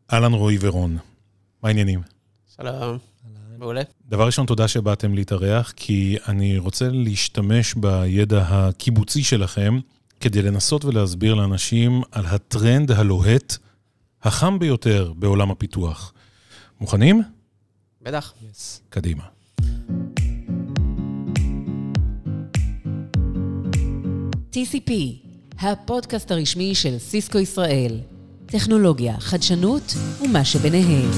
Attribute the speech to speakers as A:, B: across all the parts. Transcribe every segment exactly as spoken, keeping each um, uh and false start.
A: אהלן רועי ורון, מה העניינים?
B: שלום, מעולה.
A: דבר ראשון, תודה שבאתם להתארח, כי אני רוצה להשתמש בידע הקיבוצי שלכם, כדי לנסות ולהסביר לאנשים על הטרנד הלוהט, החם ביותר בעולם הפיתוח. מוכנים?
B: בטח.
A: Yes. קדימה.
C: טי סי פי, הפודקאסט הרשמי של סיסקו ישראל. טכנולוגיה, חדשנות ומה שביניהם.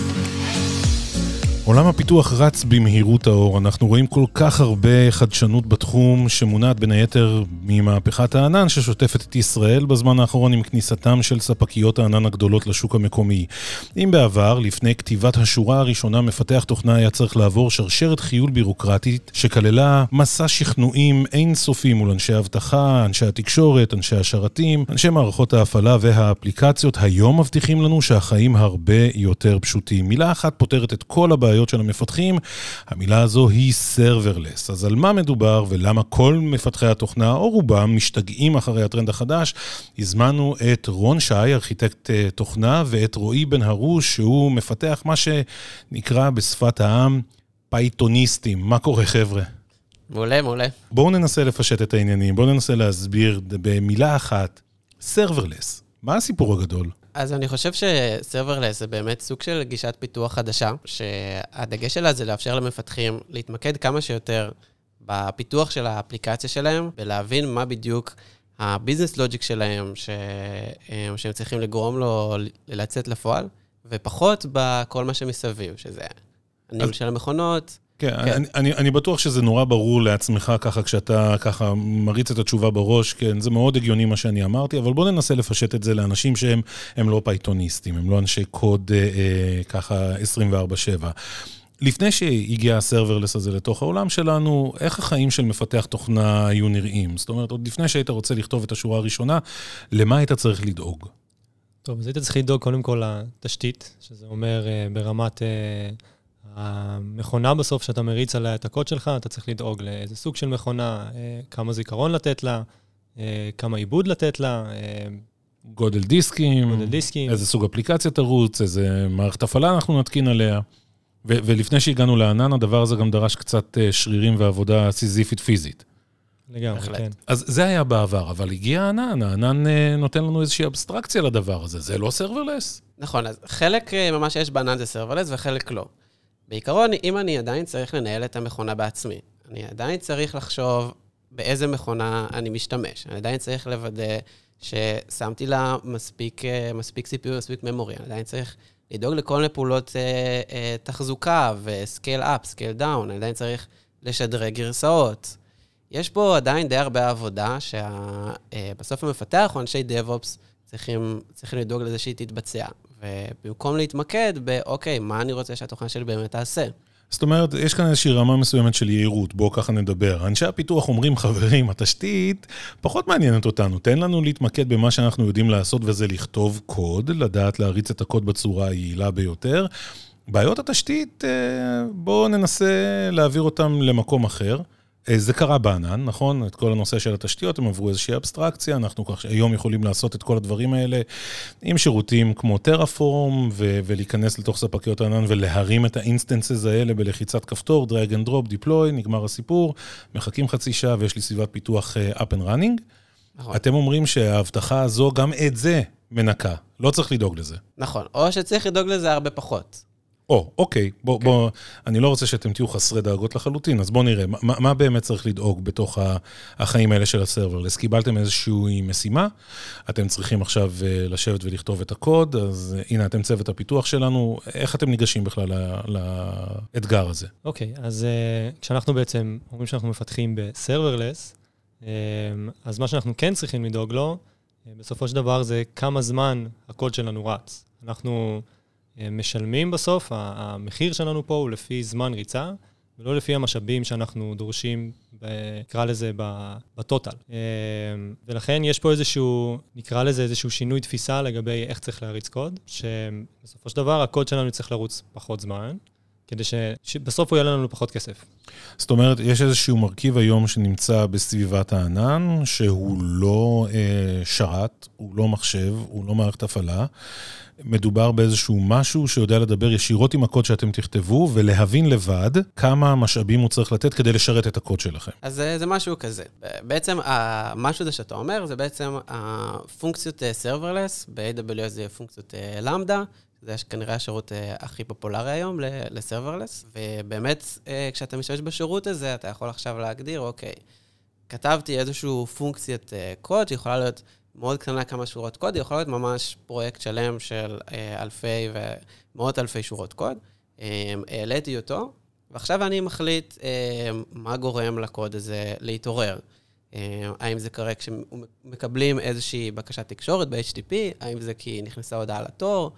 A: עולם הפיתוח רץ במהירות האור, אנחנו רואים כל כך הרבה חדשנות בתחום שמונעת בין היתר ממהפכת הענן ששוטפת את ישראל בזמן האחרון עם כניסתם של ספקיות הענן הגדולות לשוק המקומי. אם בעבר, לפני כתיבת השורה הראשונה, מפתח תוכנה היה צריך לעבור שרשרת חיול בירוקרטית שכללה מסע שכנועים אינסופי מול אנשי אבטחה, אנשי התקשורת, אנשי השרתים, אנשי מערכות ההפעלה והאפליקציות, היום מבטיחים לנו שהחיים הרבה יותר פשוטים. מילה אחת פותרת את כל הבעיות של המפתחים, המילה הזו היא serverless. אז על מה מדובר ולמה כל מפתחי התוכנה או רובם משתגעים אחרי הטרנד החדש? הזמנו את רון שי, ארכיטקט תוכנה, ואת רועי בן הרוש, שהוא מפתח מה שנקרא בשפת העם פייתוניסטים. מה קורה חבר'ה?
B: מעולה, מעולה.
A: בואו ננסה לפשט את העניינים, בואו ננסה להסביר במילה אחת, serverless. מה הסיפור הגדול?
B: אז אני חושב שסרברלס זה באמת סוג של גישת פיתוח חדשה, שהדגש שלה זה לאפשר למפתחים להתמקד כמה שיותר בפיתוח של האפליקציה שלהם, ולהבין מה בדיוק הביזנס לוג'יק שלהם, שהם צריכים לגרום לו לצאת לפועל, ופחות בכל מה שמסביב, שזה הניהול של המכונות.
A: כן, אני, אני, אני בטוח שזה נורא ברור לעצמך ככה, כשאתה ככה מריץ את התשובה בראש, כן, זה מאוד הגיוני מה שאני אמרתי, אבל בוא ננסה לפשט את זה לאנשים שהם הם לא פייתוניסטים, הם לא אנשי קוד אה, אה, ככה עשרים וארבע שבע. לפני שהגיע הסרברלס הזה לתוך העולם שלנו, איך החיים של מפתח תוכנה היו נראים? זאת אומרת, עוד לפני שהיית רוצה לכתוב את השורה הראשונה, למה היית צריך לדאוג?
D: טוב, אז היית צריך לדאוג קודם כל לתשתית, שזה אומר אה, ברמת... אה, המכונה בסוף שאתה מריץ עליה את הקוד שלך, אתה צריך לדאוג לאיזה סוג של מכונה, כמה זיכרון לתת לה, כמה עיבוד לתת לה,
A: גודל דיסקים,
D: גודל דיסקים.
A: איזה סוג אפליקציה תרוץ, איזה מערכת הפעלה אנחנו נתקין עליה. ו- ולפני שהגענו לענן, הדבר הזה גם דרש קצת שרירים ועבודה סיזיפית פיזית.
D: לגמרי, כן.
A: אז זה היה בעבר, אבל הגיע הענן, הענן נותן לנו איזושהי אבסטרקציה לדבר הזה, זה לא סרברלס?
B: נכון, אז חלק ממש יש בענן זה סרברלס וחלק לא. בעיקרון, אם אני עדיין צריך לנהל את המכונה בעצמי, אני עדיין צריך לחשוב באיזה מכונה אני משתמש, אני עדיין צריך לוודא ששמתי לה מספיק, מספיק סי פי יו, מספיק ממורי, אני עדיין צריך לדאוג לכל מיני פעולות אה, אה, תחזוקה וסקייל אפ, סקייל דאון, אני עדיין צריך לשדרג גרסאות. יש פה עדיין די הרבה עבודה שבסוף המפתח או אנשי DevOps צריכים, צריכים לדאוג לזה שהיא תתבצע. ובמקום להתמקד באוקיי, מה אני רוצה שהתוכנה שלי באמת תעשה.
A: זאת אומרת, יש כאן איזושהי רמה מסוימת של יעירות, בואו ככה נדבר. אנשי הפיתוח אומרים, חברים, התשתית פחות מעניינת אותנו, תן לנו להתמקד במה שאנחנו יודעים לעשות, וזה לכתוב קוד, לדעת להריץ את הקוד בצורה היעילה ביותר. בעיות התשתית, בואו ננסה להעביר אותם למקום אחר. זה קרה בענן, נכון? את כל הנושא של התשתיות, הם עברו איזושהי אבסטרקציה, אנחנו היום יכולים לעשות את כל הדברים האלה עם שירותים כמו טראפורם, ו- ולהיכנס לתוך ספקיות הענן ולהרים את האינסטנסס האלה בלחיצת כפתור, drag and drop, deploy, נגמר הסיפור, מחכים חצי שעה ויש לי סביבת פיתוח up and running. נכון. אתם אומרים שההבטחה הזו גם את זה מנקה, לא צריך לדאוג לזה.
B: נכון, או שצריך לדאוג לזה הרבה פחות.
A: או, אוקיי, בוא, בוא, אני לא רוצה שאתם תהיו חסרי דאגות לחלוטין, אז בואו נראה, מה, מה באמת צריך לדאוג בתוך החיים האלה של הסרברלס? קיבלתם איזושהי משימה, אתם צריכים עכשיו לשבת ולכתוב את הקוד, אז הנה, אתם צוות הפיתוח שלנו, איך אתם ניגשים בכלל לאתגר הזה?
D: אוקיי, אז כשאנחנו בעצם אומרים שאנחנו מפתחים בסרברלס, אז מה שאנחנו כן צריכים לדאוג לו, בסופו של דבר זה כמה זמן הקוד שלנו רץ. אנחנו משלמים בסוף, המחיר שלנו פה הוא לפי זמן ריצה, ולא לפי המשאבים שאנחנו דורשים, נקרא לזה, בטוטל. ולכן יש פה איזשהו, נקרא לזה איזשהו שינוי תפיסה לגבי איך צריך להריץ קוד, שבסופו של דבר הקוד שלנו צריך לרוץ פחות זמן, כדי שבסוף הוא יעלה לנו פחות כסף.
A: זאת אומרת, יש איזשהו מרכיב היום שנמצא בסביבת הענן, שהוא לא אה, שרת, הוא לא מחשב, הוא לא מערכת הפעלה, מדובר באיזשהו משהו שיודע לדבר ישירות עם הקוד שאתם תכתבו, ולהבין לבד כמה משאבים הוא צריך לתת כדי לשרת את הקוד שלכם.
B: אז זה, זה משהו כזה. בעצם, המשהו הזה שאתה אומר, זה בעצם הפונקציות serverless, ב-איי דאבליו אס זה פונקציות למדה, זה כנראה השירות הכי פופולרי היום ל-serverless, ובאמת, כשאתה משתמש בשירות הזה, אתה יכול עכשיו להגדיר, אוקיי, כתבתי איזשהו פונקציית קוד, שיכולה להיות מאוד קטנה כמה שורות קוד, היא יכולה להיות ממש פרויקט שלם של אלפי ומאות אלפי שורות קוד. העליתי אותו, ועכשיו אני מחליט מה גורם לקוד הזה להתעורר. האם זה קורה כשמקבלים איזושהי בקשת תקשורת ב-אייץ' טי טי פי, האם זה כי נכנסה הודעה לתור,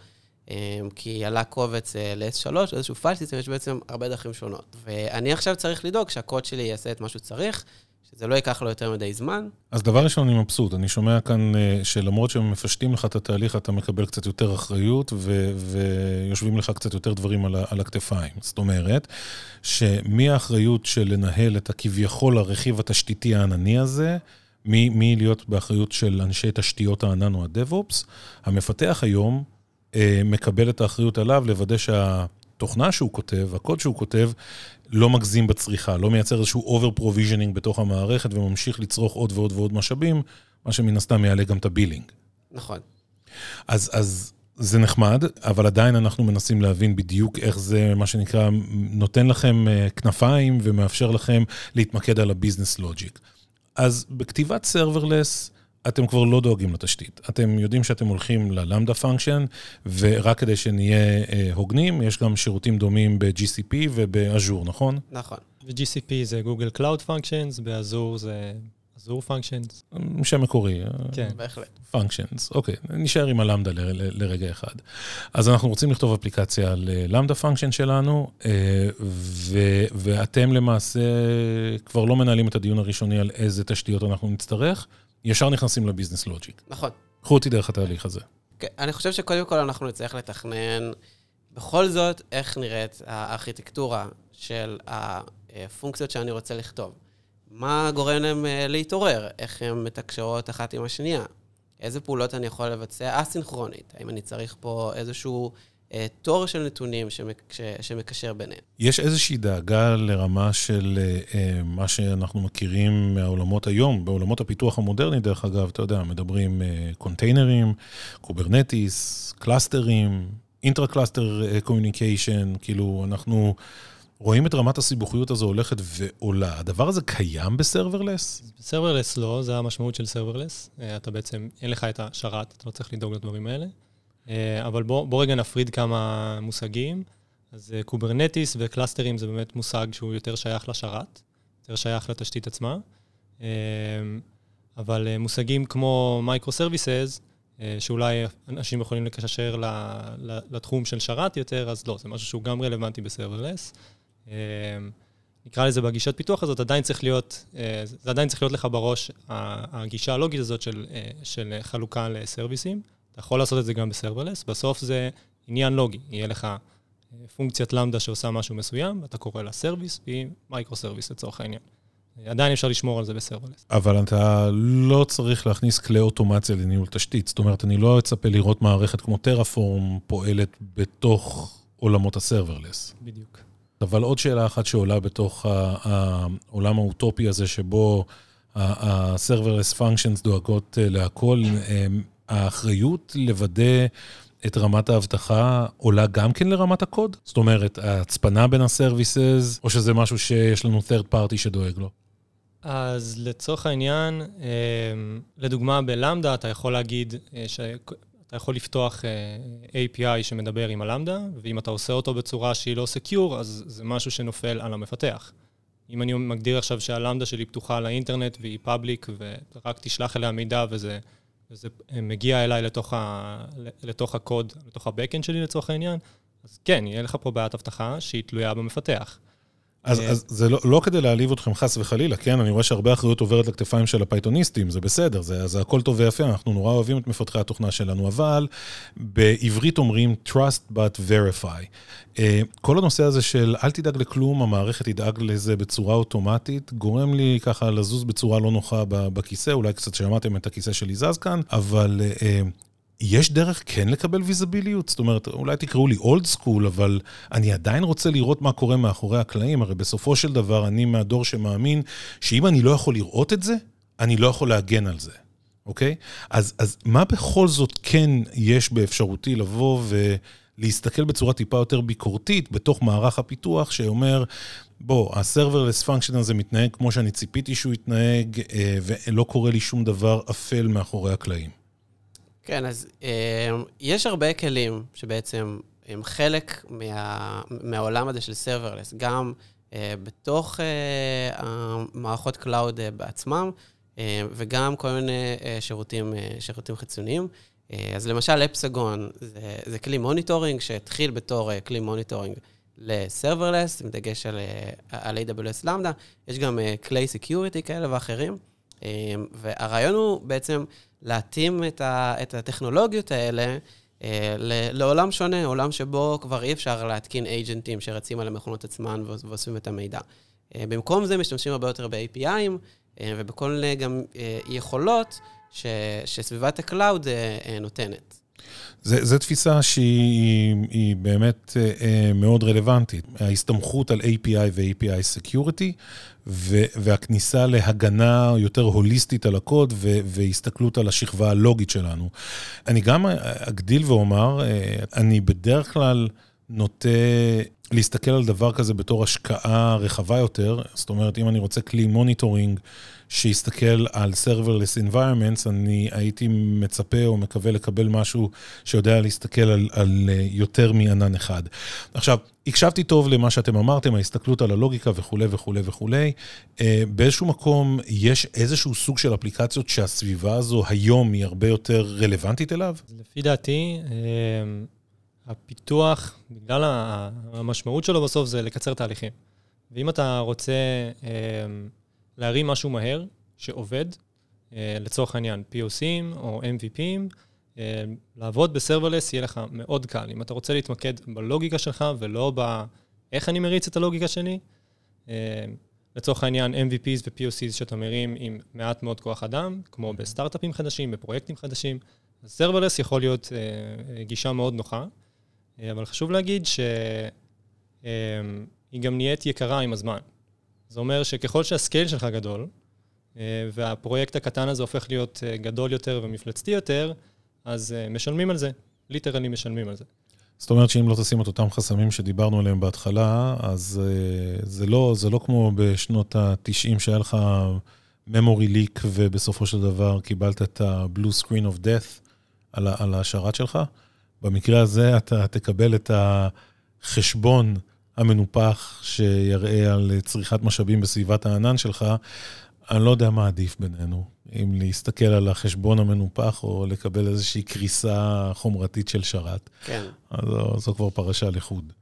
B: כי עלה קובץ ל-אס שלוש, איזשהו פייל סיסטם, יש בעצם הרבה דרכים שונות. ואני עכשיו צריך לדאוג שהקוד שלי יעשה את מה שהוא צריך, שזה לא ייקח לו יותר מדי זמן. אז
A: דבר ראשון, אני מבסוט. אני שומע כאן שלמרות שהם מפשטים לך את התהליך, אתה מקבל קצת יותר אחריות, ו- ויושבים לך קצת יותר דברים על, על הכתפיים. זאת אומרת, שמי האחריות של לנהל את הכביכול הרכיב התשתיתי הענני הזה, מי, מי להיות באחריות של אנשי תשתיות הענן או הדב-אופס, המפתח היום מקבל את האחריות עליו לוודא שהתוכנה שהוא כותב, הקוד שהוא כותב, לא מגזים בצריכה, לא מייצר איזשהו over-provisioning בתוך המערכת, וממשיך לצרוך עוד ועוד ועוד משאבים, מה שמן הסתם יעלה גם את הבילינג.
B: נכון.
A: אז, אז זה נחמד, אבל עדיין אנחנו מנסים להבין בדיוק איך זה, מה שנקרא, נותן לכם כנפיים, ומאפשר לכם להתמקד על הביזנס לוג'יק. אז בכתיבת serverless, אתם כבר לא דואגים לתשתית. אתם יודעים שאתם הולכים ללמדה פונקשן, ורק כדי שנהיה אה, הוגנים, יש גם שירותים דומים ב-ג'י סי פי ובאז'ור, נכון?
B: נכון.
D: ו-ג'י סי פי זה Google Cloud Functions, באז'ור זה Azure Functions.
A: שם מקורי.
D: כן.
B: בהחלט.
A: Functions, אוקיי. נשאר עם הלמדה ל- ל- לרגע אחד. אז אנחנו רוצים לכתוב אפליקציה ללמדה פונקשן שלנו, אה, ו- ואתם למעשה כבר לא מנהלים את הדיון הראשוני על איזה תשתיות אנחנו נצטרך, ישר נכנסים לביזנס לוג'יק.
B: נכון.
A: קחו אותי דרך התהליך הזה.
B: Okay, אני חושב שקודם כל אנחנו נצטרך לתכנן בכל זאת איך נראית הארכיטקטורה של הפונקציות שאני רוצה לכתוב. מה גורם להם להתעורר? איך הן מתקשרות אחת עם השנייה? איזה פעולות אני יכול לבצע אסינכרונית? האם אני צריך פה איזשהו תור של נתונים שמקשר ביניהם? יש
A: איזושהי דאגה לרמה של מה שאנחנו מכירים מהעולמות היום, בעולמות הפיתוח המודרני, דרך אגב, אתה יודע, מדברים קונטיינרים, קוברנטיס, קלאסטרים, אינטרה-קלאסטר קומיוניקיישן, כאילו אנחנו רואים את רמת הסיבוכיות הזו הולכת ועולה. הדבר הזה קיים בסרברלס?
D: בסרברלס לא, זה המשמעות של סרברלס. אתה בעצם, אין לך את השרת, אתה לא צריך לדאוג לדברים האלה. אבל בוא, בוא רגע נפריד כמה מושגים. אז קוברנטיס וקלאסטרים זה באמת מושג שהוא יותר שייך לשרת, יותר שייך לתשתית עצמה. אבל מושגים כמו מייקרו-סרוויסס, שאולי אנשים יכולים לקשר לתחום של שרת יותר, אז לא, זה משהו שהוא גם רלוונטי בסרברלס. נקרא לזה בגישת פיתוח הזאת, עדיין צריך להיות, זה עדיין צריך להיות לך בראש, הגישה הלוגית הזאת של, של חלוקה לסרוויסים. אתה יכול לעשות את זה גם בסרברלס, בסוף זה עניין לוגי, יהיה לך פונקציית למדה שעושה משהו מסוים, אתה קורא לה סרוויס, והיא מייקרו-סרוויס לצורך העניין. עדיין אפשר לשמור על זה בסרברלס.
A: אבל אתה לא צריך להכניס כלי אוטומציה לניהול תשתית, זאת אומרת, אני לא אצפה לראות מערכת כמו טרפורם פועלת בתוך עולמות הסרברלס.
D: בדיוק.
A: אבל עוד שאלה אחת שעולה בתוך העולם האוטופי הזה, שבו ה-serverless functions דואגות להכל, האחריות לוודא את רמת ההבטחה עולה גם כן לרמת הקוד? זאת אומרת, ההצפנה בין ה-services, או שזה משהו שיש לנו third party שדואג לו?
D: אז לצורך העניין, לדוגמה בלמדה, אתה יכול להגיד שאתה יכול לפתוח איי פי איי שמדבר עם הלמדה, ואם אתה עושה אותו בצורה שהיא לא secure, אז זה משהו שנופל על המפתח. אם אני מגדיר עכשיו שהלמדה שלי פתוחה לאינטרנט והיא פאבליק, ורק תשלח אליה מידע וזה... וזה מגיע אליי לתוך, ה, לתוך הקוד, לתוך הבקאנד שלי לצורך העניין, אז כן, יהיה לך פה בעיית הבטחה שהיא תלויה במפתח.
A: אז, אז זה לא, לא כדי להעליב אתכם חס וחלילה, כן? אני רואה שהרבה אחריות עוברת לכתפיים של הפייתוניסטים, זה בסדר, זה, זה הכל טוב ויפה, אנחנו נורא אוהבים את מפתחי התוכנה שלנו, אבל בעברית אומרים trust but verify. כל הנושא הזה של אל תדאג לכלום, המערכת תדאג לזה בצורה אוטומטית, גורם לי ככה לזוז בצורה לא נוחה בכיסא, אולי קצת שמעתם את הכיסא שלי זז כאן, אבל יש דרך כן לקבל ויזביליות? זאת אומרת, אולי תקראו לי אולד סקול, אבל אני עדיין רוצה לראות מה קורה מאחורי הקלעים, הרי בסופו של דבר אני מהדור שמאמין שאם אני לא יכול לראות את זה, אני לא יכול להגן על זה, אוקיי? אז, אז מה בכל זאת כן יש באפשרותי לבוא ולהסתכל בצורה טיפה יותר ביקורתית בתוך מערך הפיתוח שאומר, בוא, ה-serverless function הזה מתנהג כמו שאני ציפיתי שהוא יתנהג, ולא קורה לי שום דבר אפל מאחורי הקלעים.
B: כן, אז יש הרבה כלים שבעצם הם חלק מה, מהעולם הזה של serverless, גם בתוך המערכות קלאוד בעצמם, וגם כל מיני שירותים, שירותים חיצוניים. אז למשל, אפסגון זה, זה כלי מוניטורינג שהתחיל בתור כלי מוניטורינג ל-serverless, עם דגש על, על איי דאבליו אס Lambda. יש גם כלי security כאלה ואחרים, והרעיון הוא בעצם להתאים את, ה, את הטכנולוגיות האלה לעולם שונה, עולם שבו כבר אי אפשר להתקין אייג'נטים שרצים על המכונות עצמן ואוספים את המידע. במקום זה משתמשים הרבה יותר ב-איי פי אי'ים, ובכל גם יכולות ש, שסביבת הקלאוד נותנת.
A: זה, זה תפיסה שהיא היא באמת מאוד רלוונטית. ההסתמכות על איי פי איי ו-איי פי איי Security, ו- והכניסה להגנה יותר הוליסטית על הקוד, ו- והסתכלות על השכבה הלוגית שלנו. אני גם אגדיל ואומר, אני בדרך כלל נוטה להסתכל על דבר כזה בתור השקעה רחבה יותר, זאת אומרת, אם אני רוצה כלי מוניטורינג שיסתכל על serverless environments, אני הייתי מצפה או מקווה לקבל משהו שיודע להסתכל על, על יותר מענן אחד. עכשיו, הקשבתי טוב למה שאתם אמרתם, ההסתכלות על הלוגיקה וכו' וכו' וכו'. באיזשהו מקום יש איזשהו סוג של אפליקציות שהסביבה הזו היום היא הרבה יותר רלוונטית אליו?
D: לפי דעתי, הפיתוח, בגלל המשמעות שלו בסוף זה לקצר תהליכים. ואם אתה רוצה להרים משהו מהר שעובד, לצורך העניין פי או סי'ים או אם וי פי'ים, לעבוד בסרברלס יהיה לך מאוד קל. אם אתה רוצה להתמקד בלוגיקה שלך ולא באיך אני מריץ את הלוגיקה שלי, לצורך העניין אם וי פי'ס ו-פי או סי'ס שאתה מרים עם מעט מאוד כוח אדם, כמו בסטארט-אפים חדשים, בפרויקטים חדשים, אז סרברלס יכול להיות גישה מאוד נוחה, אבל חשוב להגיד שהיא גם נהיית יקרה עם הזמן. זה אומר שככל שהסקייל שלך גדול, והפרויקט הקטן הזה הופך להיות גדול יותר ומפלצתי יותר, אז משלמים על זה, ליטרלי משלמים על זה.
A: זאת אומרת שאם לא תשים את אותם חסמים שדיברנו עליהם בהתחלה, אז זה לא, זה לא כמו בשנות ה-תשעים שהיה לך memory leak, ובסופו של דבר קיבלת את ה-blue screen of death על, על השרת שלך. במקרה הזה אתה תקבל את החשבון המנופח שיראה על צריכת משאבים בסביבת הענן שלך. אני לא יודע מה עדיף בינינו, אם להסתכל על החשבון המנופח או לקבל איזושהי קריסה חומרתית של שרת.
B: כן.
A: אז זו, זו כבר פרשה לחוד.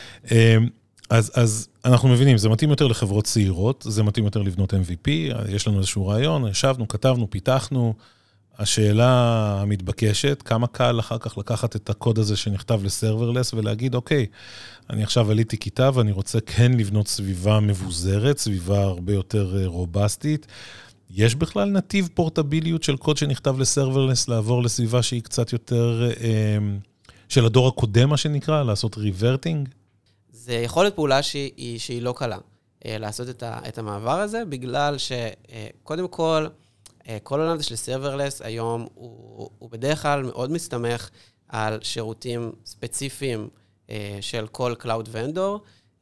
A: אז, אז אנחנו מבינים, זה מתאים יותר לחברות צעירות, זה מתאים יותר לבנות אם וי פי, יש לנו איזשהו רעיון, ישבנו, כתבנו, פיתחנו, השאלה המתבקשת, כמה קל אחר כך לקחת את הקוד הזה שנכתב לסרברלס ולהגיד, אוקיי, אני עכשיו עליתי כיתה ואני רוצה כן לבנות סביבה מבוזרת, סביבה הרבה יותר רובסטית. יש בכלל נתיב פורטביליות של קוד שנכתב לסרברלס לעבור לסביבה שהיא קצת יותר, של הדור הקודם, מה שנקרא, לעשות ריברטינג?
B: זה יכול להיות פעולה שהיא, שהיא לא קלה, לעשות את, ה, את המעבר הזה, בגלל שקודם כל, כל העולם הזה של סרברלס היום הוא, הוא בדרך כלל מאוד מסתמך על שירותים ספציפיים של כל קלאוד ונדור,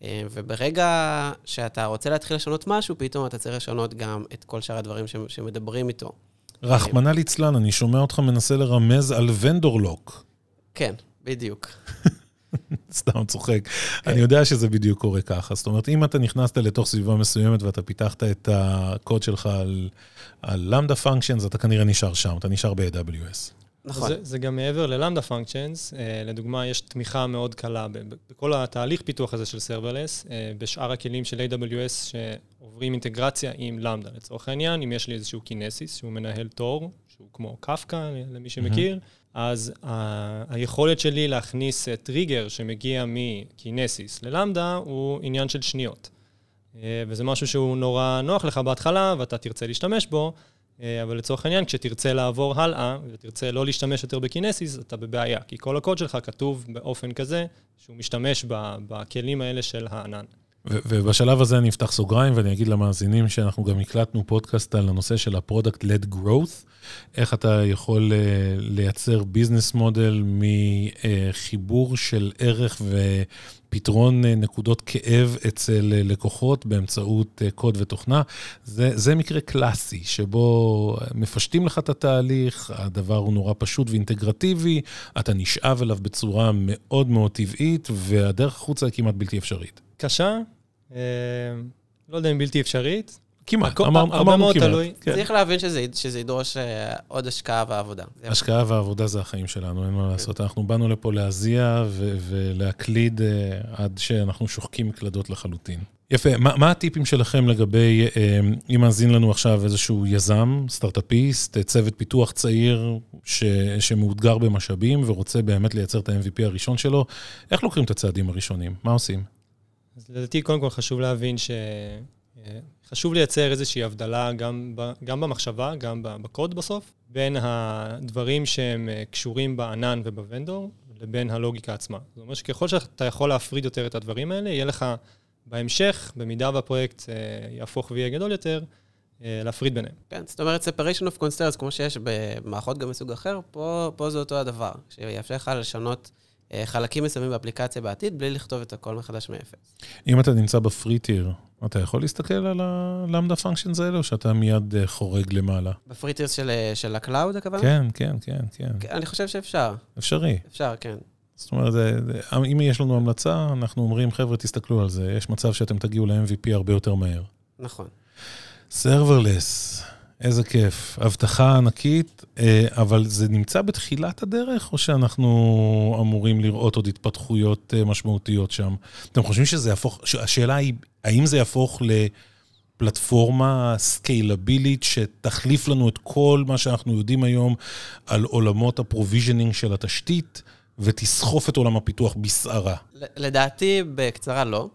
B: וברגע שאתה רוצה להתחיל לשנות משהו, פתאום אתה צריך לשנות גם את כל שאר הדברים שמדברים איתו.
A: רחמנא ליצלן, אני שומע אותך מנסה לרמז על ונדור לוק.
B: כן, בדיוק.
A: סתם צוחק. אני יודע שזה בדיוק קורה ככה. זאת אומרת, אם אתה נכנסת לתוך סביבה מסוימת ואתה פיתחת את הקוד שלך על, על Lambda Functions, אתה כנראה נשאר שם, אתה נשאר ב-איי דאבליו אס.
B: נכון.
D: זה, זה גם מעבר ל-Lambda Functions. לדוגמה, יש תמיכה מאוד קלה בכל התהליך פיתוח הזה של Serverless, בשאר הכלים של איי דאבליו אס שעוברים אינטגרציה עם Lambda. לצורך העניין, אם יש לי איזשהו קינסיס שהוא מנהל תור, שהוא כמו קפקא, למי שמכיר, אז ה- היכולת שלי להכניס טריגר שמגיע מקיינסיס ללמדה הוא עניין של שניות. וזה משהו שהוא נורא נוח לך בהתחלה, ואתה תרצה להשתמש בו, אבל לצורך העניין, כשתרצה לעבור הלאה, ותרצה לא להשתמש יותר בקינסис, אתה בבעיה, כי כל הקוד שלך כתוב באופן כזה, שהוא משתמש בכלים האלה של הענן.
A: ובשלב הזה אני אפתח סוגריים, ואני אגיד למאזינים שאנחנו גם הקלטנו פודקאסט על הנושא של ה-Product-Led Growth, איך אתה יכול לייצר ביזנס מודל מחיבור של ערך ופתרון נקודות כאב אצל לקוחות באמצעות קוד ותוכנה. זה, זה מקרה קלאסי, שבו מפשטים לך את התהליך, הדבר הוא נורא פשוט ואינטגרטיבי, אתה נשאב אליו בצורה מאוד מאוד טבעית, והדרך החוצה היא כמעט בלתי אפשרית.
D: קשה, לא יודע אם בלתי אפשרית.
A: כמעט,
D: אמרנו כמעט.
B: צריך להבין שזה ידרוש עוד השקעה ועבודה.
A: השקעה ועבודה זה החיים שלנו, אין מה לעשות. אנחנו באנו לפה להזיע ולהקליד עד שאנחנו שוחקים מקלדות לחלוטין. יפה, מה הטיפים שלכם לגבי, אם מאזין לנו עכשיו איזשהו יזם, סטארט-אפיסט, צוות פיתוח צעיר שמאותגר במשאבים ורוצה באמת לייצר את ה-אם וי פי הראשון שלו, איך לוקחים את הצעדים הראשונים? מה עושים?
D: אז לדעתי, קודם כל חשוב להבין ש... חשוב לייצר איזושהי הבדלה גם, ב, גם במחשבה, גם בקוד בסוף, בין הדברים שהם קשורים בענן ובוונדור, לבין הלוגיקה עצמה. זאת אומרת שככל שאתה יכול להפריד יותר את הדברים האלה, יהיה לך בהמשך, במידה והפרויקט יהפוך ויהיה גדול יותר, להפריד ביניהם.
B: כן, זאת אומרת, separation of concerns, כמו שיש במערכות גם מסוג אחר, פה, פה זה אותו הדבר, שיאפשר לך לשנות חלקים מסוימים באפליקציה בעתיד, בלי לכתוב את הכל מחדש מאפס.
A: אם אתה נמצא בפריטיר, אתה יכול להסתכל על הלמדה פונקשיינס האלה, או שאתה מיד חורג למעלה?
B: בפריטיר של, של הקלאוד, הכוונה?
A: כן, כן, כן, כן.
B: אני חושב שאפשר.
A: אפשרי.
B: אפשר, כן.
A: זאת אומרת, אם יש לנו המלצה, אנחנו אומרים, חבר'ה, תסתכלו על זה. יש מצב שאתם תגיעו ל-אם וי פי הרבה יותר מהר.
B: נכון.
A: Serverless, איזה כיף. הבטחה ענקית, אבל זה נמצא בתחילת הדרך, או שאנחנו אמורים לראות עוד התפתחויות משמעותיות שם? אתם חושבים שזה יהפוך, השאלה היא, האם זה יהפוך לפלטפורמה סקיילבילית, שתחליף לנו את כל מה שאנחנו יודעים היום על עולמות הפרוביז'נינג של התשתית, ותסחוף את עולם הפיתוח בסערה?
B: לדעתי, בקצרה לא.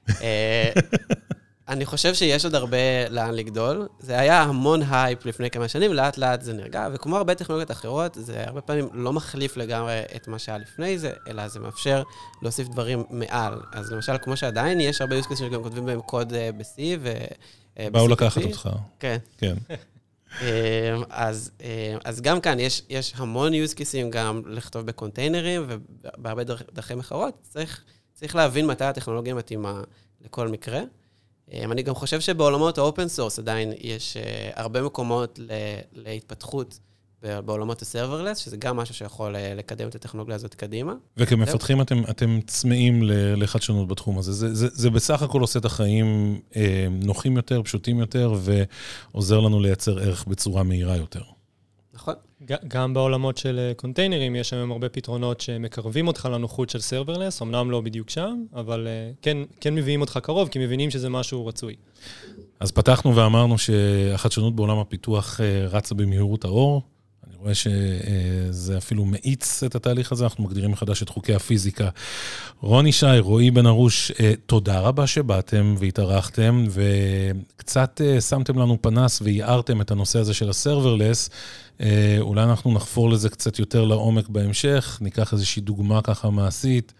B: אני חושב שיש עוד הרבה לאן לגדול. זה היה המון הייפ לפני כמה שנים, לאט לאט זה נרגע, וכמו הרבה טכנולוגיות אחרות, זה הרבה פעמים לא מחליף לגמרי את מה שהיה לפני זה, אלא זה מאפשר להוסיף דברים מעל. אז למשל, כמו שעדיין, יש הרבה use cases שגם כותבים בהם קוד ב-C ו...
A: באו לקחת אותך.
B: כן.
A: כן.
B: אז, אז גם כאן יש, יש המון use cases גם לכתוב בקונטיינרים, ובהרבה דרכים אחרות, צריך, צריך להבין מתי הטכנולוגיה מתאימה לכל מקרה. אני גם חושב שבעולמות האופן סורס עדיין יש הרבה מקומות להתפתחות בעולמות הסרברלס, שזה גם משהו שיכול לקדם את הטכנולוגיה הזאת קדימה.
A: וכמפתחים אתם, אתם צמאים לחדשנות בתחום הזה. זה, זה, זה בסך הכל עושה את החיים נוחים יותר, פשוטים יותר, ועוזר לנו לייצר ערך בצורה מהירה יותר.
B: נכון.
D: גם בעולמות של קונטיינרים יש היום הרבה פתרונות שמקרבים אותך לנוחות של סרברלס, אמנם לא בדיוק שם, אבל כן, כן מביאים אותך קרוב, כי מבינים שזה משהו רצוי.
A: אז פתחנו ואמרנו שהחדשנות בעולם הפיתוח רצה במהירות האור. אני רואה שזה אפילו מאיץ את התהליך הזה, אנחנו מגדירים מחדש את חוקי הפיזיקה. רוני שי, רועי בן ארוש, תודה רבה שבאתם והתארחתם, וקצת שמתם לנו פנס והערתם את הנושא הזה של הסרברלס. אולי אנחנו נחפור לזה קצת יותר לעומק בהמשך, ניקח איזושהי דוגמה ככה מעשית,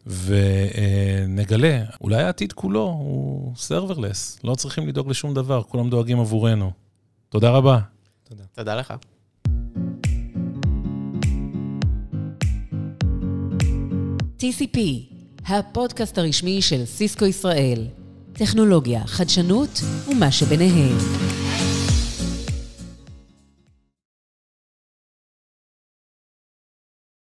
A: ונגלה, אולי העתיד כולו הוא סרברלס, לא צריכים לדאוג לשום דבר, כולם דואגים עבורנו. תודה רבה.
B: תודה. תודה לך.
C: טי סי פי, הפודקאסט הרשמי של סיסקו ישראל. טכנולוגיה, חדשנות ומה שביניהם.